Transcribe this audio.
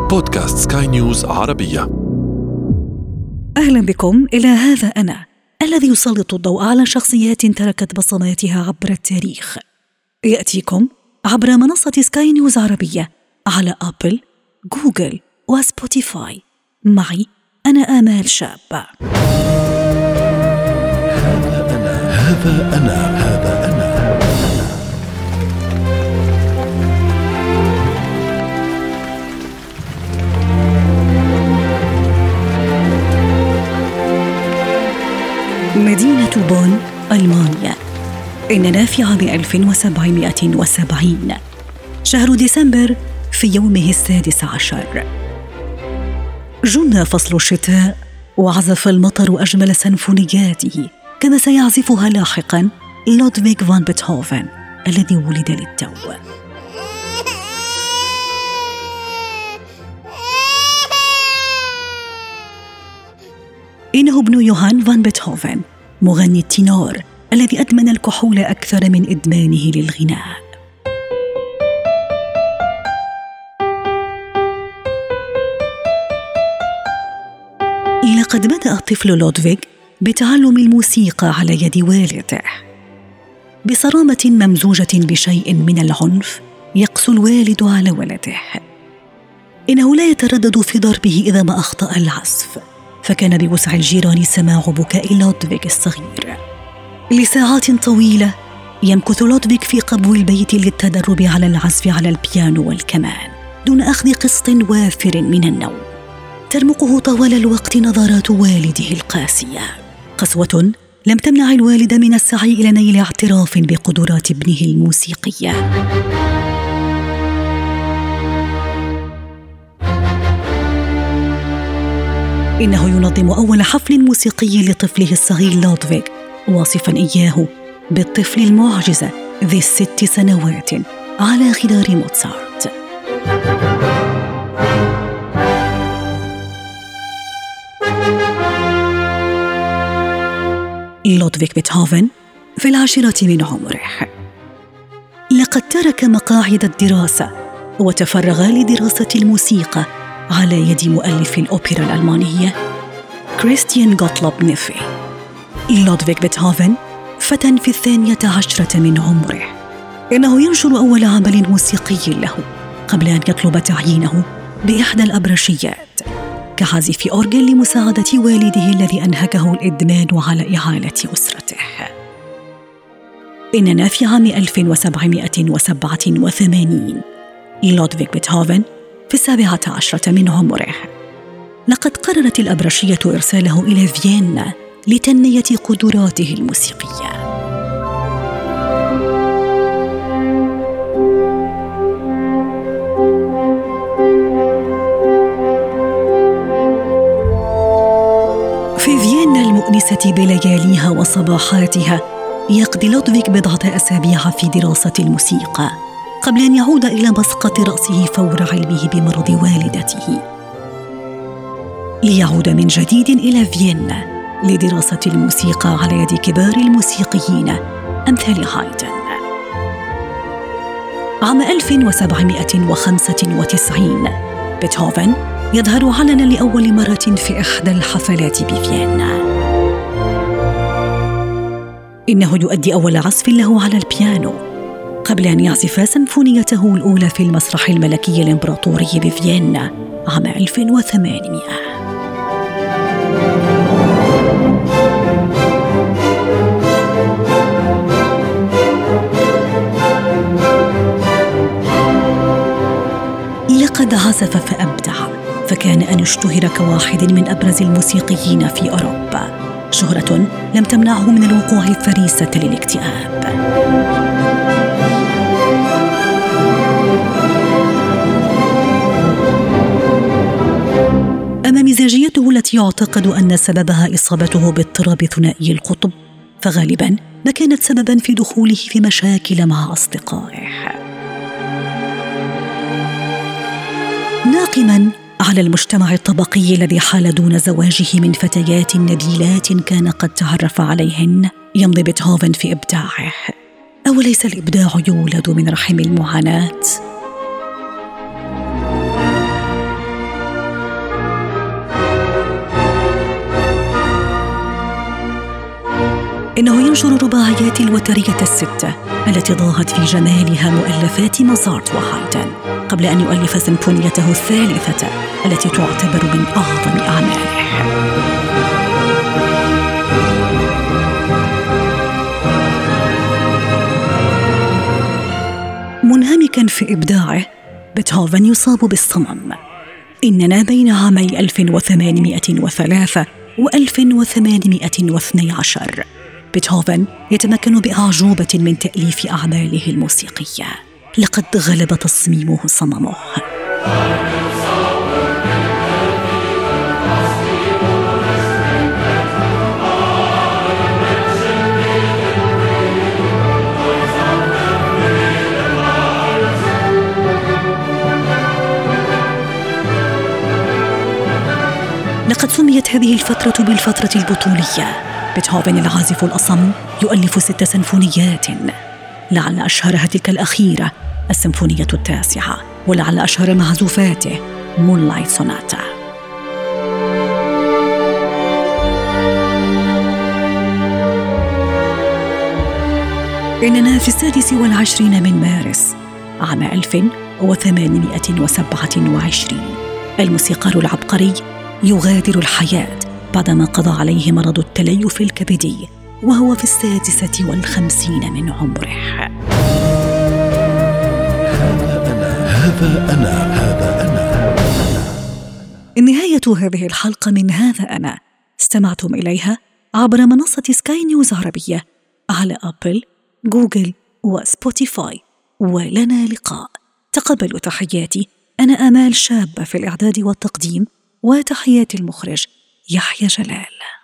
بودكاست سكاي نيوز عربية. أهلا بكم إلى هذا أنا الذي يسلط الضوء على شخصيات تركت بصماتها عبر التاريخ. يأتيكم عبر منصة سكاي نيوز عربية على أبل، جوجل وسبوتيفاي. معي أنا آمال شابة. هذا أنا. مدينة بون، ألمانيا. إننا في عام 1770، شهر ديسمبر، في يومه 16. جن فصل الشتاء وعزف المطر أجمل سيمفونياته، كما سيعزفها لاحقاً لودفيغ فان بيتهوفن الذي ولد للتو. إنه ابن يوهان فان بيتهوفن، مغني التينور الذي أدمن الكحول أكثر من إدمانه للغناء. لقد بدأ الطفل لودفيغ بتعلم الموسيقى على يد والده. بصرامة ممزوجة بشيء من العنف يقسو الوالد على ولده. إنه لا يتردد في ضربه إذا ما أخطأ العزف، فكان بوسع الجيران سماع بكاء لودفيغ الصغير. لساعات طويلة يمكث لودفيغ في قبو البيت للتدرب على العزف على البيانو والكمان دون أخذ قسط وافر من النوم. ترمقه طوال الوقت نظرات والده القاسية، قسوة لم تمنع الوالد من السعي إلى نيل اعتراف بقدرات ابنه الموسيقية. إنه ينظم أول حفل موسيقي لطفله الصغير لودفيغ، واصفاً إياه بالطفل المعجزة ذي 6 سنوات على غرار موتسارت. لودفيغ بيتهوفن في 10 من عمره. لقد ترك مقاعد الدراسة وتفرغ لدراسة الموسيقى على يد مؤلف الأوبرا الألمانية كريستيان غوتلوب نيفي. لودفيغ بيتهوفن فتى في 12 من عمره. إنه ينشر أول عمل موسيقي له قبل أن يطلب تعيينه بإحدى الأبرشيات كعازف أورغل لمساعدة والده الذي أنهكه الإدمان على إعالة أسرته. إننا في عام 1787. لودفيغ بيتهوفن في 17 من عمره. لقد قررت الأبرشية إرساله إلى فيينا لتنمية قدراته الموسيقية. في فيينا المؤنسة بلياليها وصباحاتها يقضي لودفيغ بضعة أسابيع في دراسة الموسيقى قبل أن يعود إلى مسقط رأسه فور علمه بمرض والدته، ليعود من جديد إلى فيينا لدراسة الموسيقى على يد كبار الموسيقيين أمثال هايدن. عام 1795 بيتهوفن يظهر علنا لأول مرة في إحدى الحفلات بفيينا. إنه يؤدي أول عزف له على البيانو قبل أن يعزف سيمفونيته الأولى في المسرح الملكي الإمبراطوري بفيينا عام 1800. لقد عزف فأبدع، فكان أن يشتهر كواحد من أبرز الموسيقيين في أوروبا، شهرة لم تمنعه من الوقوع الفريسة للاكتئاب. أما مزاجيته التي يعتقد أن سببها إصابته باضطراب ثنائي القطب، فغالباً ما كانت سبباً في دخوله في مشاكل مع أصدقائه. ناقماً على المجتمع الطبقي الذي حال دون زواجه من فتيات نبيلات كان قد تعرف عليهن، يمضي بيتهوفن في إبداعه. أوليس الإبداع يولد من رحم المعاناة؟ إنه ينشر رباعيات الوترية الستة التي ضاهت في جمالها مؤلفات موزارت وهايدن، قبل أن يؤلف سيمفونيته الثالثة التي تعتبر من أعظم أعماله. منهمكاً في إبداعه، بيتهوفن يصاب بالصمم. إننا بين عامي 1803 و1812. بيتهوفن يتمكن بأعجوبة من تأليف أعماله الموسيقية، لقد غلب تصميمه صممه. لقد سميت هذه الفترة بالفترة البطولية. بيتهوفن العازف الأصم يؤلف 6 سيمفونيات، لعل أشهرها تلك الأخيرة السيمفونية التاسعة، ولعل أشهر معزوفاته مونلايت سوناتا. إننا في 26 من مارس عام 1827. الموسيقار العبقري يغادر الحياة بعدما قضى عليه مرض التليف الكبدي وهو في 56 من عمره. هذا أنا. نهاية هذه الحلقة من هذا أنا استمعتم إليها عبر منصة سكاي نيوز عربية على أبل، جوجل وسبوتيفاي. ولنا لقاء. تقبلوا تحياتي، أنا آمال شابة في الإعداد والتقديم، وتحيات المخرج يحيى جلال.